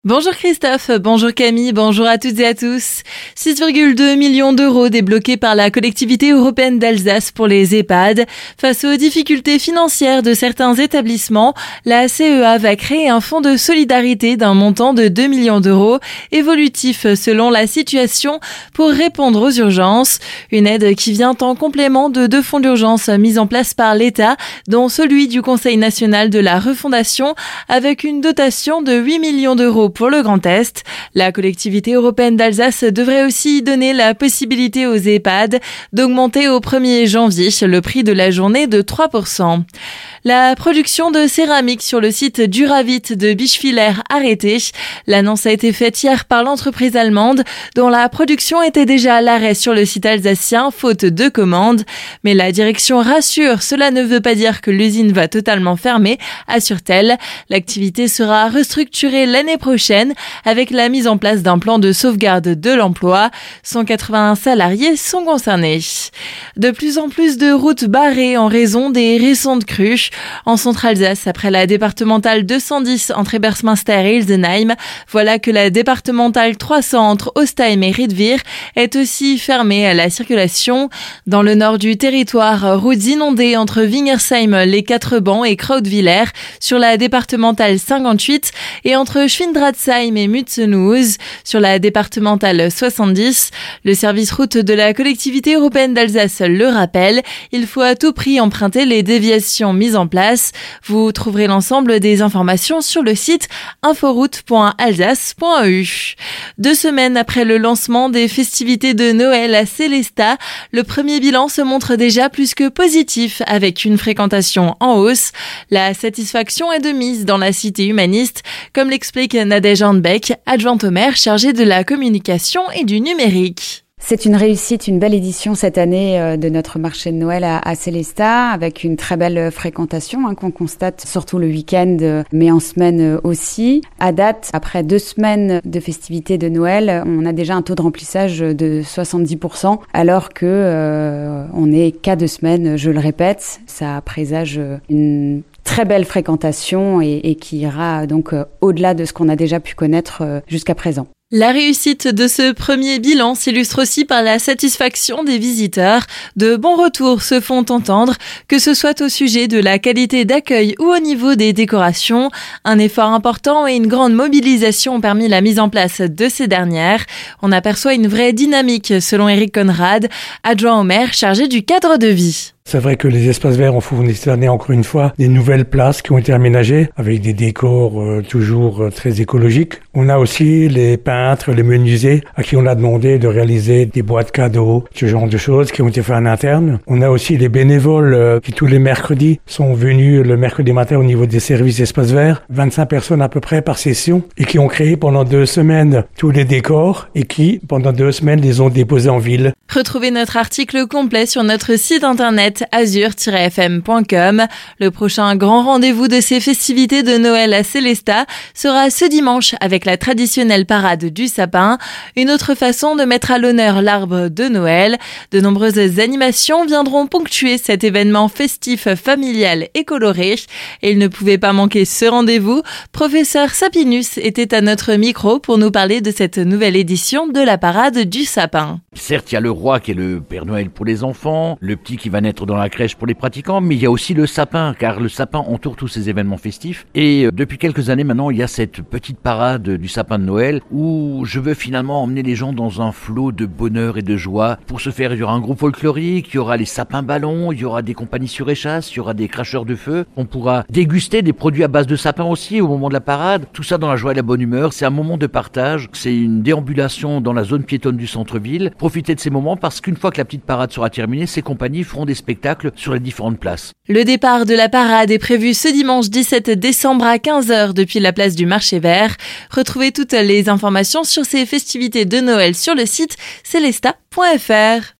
Bonjour Christophe, bonjour Camille, bonjour à toutes et à tous. 6,2 millions d'euros débloqués par la collectivité européenne d'Alsace pour les EHPAD. Face aux difficultés financières de certains établissements, la CEA va créer un fonds de solidarité d'un montant de 2 millions d'euros, évolutif selon la situation, pour répondre aux urgences. Une aide qui vient en complément de 2 fonds d'urgence mis en place par l'État, dont celui du Conseil national de la refondation, avec une dotation de 8 millions d'euros pour le Grand Est. La collectivité européenne d'Alsace devrait aussi donner la possibilité aux EHPAD d'augmenter au 1er janvier le prix de la journée de 3%. La production de céramique sur le site Duravit de Bischwiller arrêtée. L'annonce a été faite hier par l'entreprise allemande, dont la production était déjà à l'arrêt sur le site alsacien, faute de commandes. Mais la direction rassure, cela ne veut pas dire que l'usine va totalement fermer, assure-t-elle. L'activité sera restructurée l'année prochaine avec la mise en place d'un plan de sauvegarde de l'emploi. 181 salariés sont concernés. De plus en plus de routes barrées en raison des récentes crues. En Centre-Alsace, après la départementale 210 entre Ebersmünster et Ilsenheim, voilà que la départementale 300 entre Ostheim et Riedwir est aussi fermée à la circulation. Dans le nord du territoire, routes inondées entre Wingersheim, les 4 Bancs et Krautwiller sur la départementale 58 et entre Schwindratzheim et Mutzenhuus sur la départementale 70. Le service route de la collectivité européenne d'Alsace le rappelle, il faut à tout prix emprunter les déviations mises en place. Vous trouverez l'ensemble des informations sur le site inforoute.alsace.eu. 2 semaines après le lancement des festivités de Noël à Sélestat, le premier bilan se montre déjà plus que positif avec une fréquentation en hausse. La satisfaction est de mise dans la cité humaniste, comme l'explique Nadège Handbeck, adjointe au maire chargée de la communication et du numérique. C'est une réussite, une belle édition cette année de notre marché de Noël à Sélestat, avec une très belle fréquentation qu'on constate surtout le week-end, mais en semaine aussi. À date, après 2 semaines de festivités de Noël, on a déjà un taux de remplissage de 70%, alors que on n'est qu'à 2 semaines, je le répète. Ça présage une très belle fréquentation et qui ira donc au-delà de ce qu'on a déjà pu connaître jusqu'à présent. La réussite de ce premier bilan s'illustre aussi par la satisfaction des visiteurs. De bons retours se font entendre, que ce soit au sujet de la qualité d'accueil ou au niveau des décorations. Un effort important et une grande mobilisation ont permis la mise en place de ces dernières. On aperçoit une vraie dynamique, selon Eric Conrad, adjoint au maire chargé du cadre de vie. C'est vrai que les espaces verts ont fourni cette année, encore une fois, des nouvelles places qui ont été aménagées avec des décors toujours très écologiques. On a aussi les peintres, les menuisiers à qui on a demandé de réaliser des boîtes cadeaux, ce genre de choses qui ont été faites en interne. On a aussi les bénévoles qui tous les mercredis sont venus le mercredi matin au niveau des services espaces verts. 25 personnes à peu près par session et qui ont créé pendant 2 semaines tous les décors et qui, pendant 2 semaines, les ont déposés en ville. Retrouvez notre article complet sur notre site internet azur-fm.com. Le prochain grand rendez-vous de ces festivités de Noël à Sélestat sera ce dimanche avec la traditionnelle parade du sapin, une autre façon de mettre à l'honneur l'arbre de Noël. De nombreuses animations viendront ponctuer cet événement festif, familial et coloré. Et il ne pouvait pas manquer ce rendez-vous. Professeur Sapinus était à notre micro pour nous parler de cette nouvelle édition de la parade du sapin. Certes, il y a le roi qui est le Père Noël pour les enfants, le petit qui va naître dans la crèche pour les pratiquants, mais il y a aussi le sapin, car le sapin entoure tous ces événements festifs. Et depuis quelques années maintenant, il y a cette petite parade du sapin de Noël où je veux finalement emmener les gens dans un flot de bonheur et de joie. Pour ce faire, il y aura un groupe folklorique, il y aura les sapins ballons, il y aura des compagnies sur échasse, il y aura des cracheurs de feu. On pourra déguster des produits à base de sapin aussi au moment de la parade. Tout ça dans la joie et la bonne humeur. C'est un moment de partage. C'est une déambulation dans la zone piétonne du centre-ville. Profitez de ces moments parce qu'une fois que la petite parade sera terminée, ces compagnies feront des spectacles sur les différentes places. Le départ de la parade est prévu ce dimanche 17 décembre à 15h depuis la place du Marché Vert. Retrouvez toutes les informations sur ces festivités de Noël sur le site celesta.fr.